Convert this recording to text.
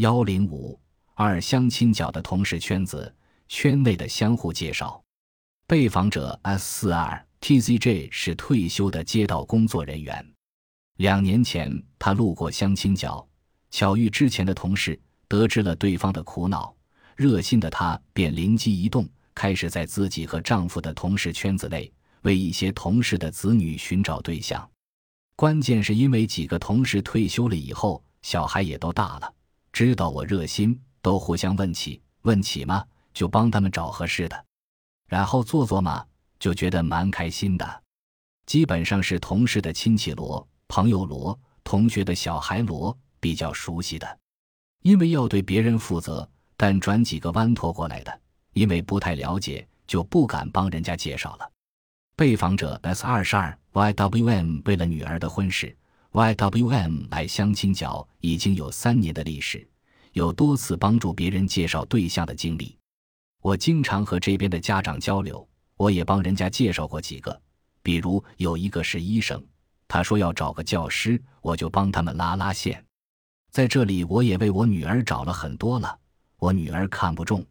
105.2相亲角的同事圈子，圈内的相互介绍。被访者 S42TZJ 是退休的街道工作人员。2年前他路过相亲角，巧遇之前的同事，得知了对方的苦恼，热心的他便灵机一动，开始在自己和丈夫的同事圈子内为一些同事的子女寻找对象。关键是因为几个同事退休了以后，小孩也都大了，知道我热心，都互相问起嘛，就帮他们找合适的，然后做嘛，就觉得蛮开心的。基本上是同事的亲戚罗、朋友罗、同学的小孩罗比较熟悉的。因为要对别人负责，但转几个弯拖过来的，因为不太了解，就不敢帮人家介绍了。被访者 S22YWM 为了女儿的婚事， YWM 来相亲角已经有3年的历史，有多次帮助别人介绍对象的经历。我经常和这边的家长交流，我也帮人家介绍过几个，比如有一个是医生，他说要找个教师，我就帮他们拉线。在这里我也为我女儿找了很多了，我女儿看不中，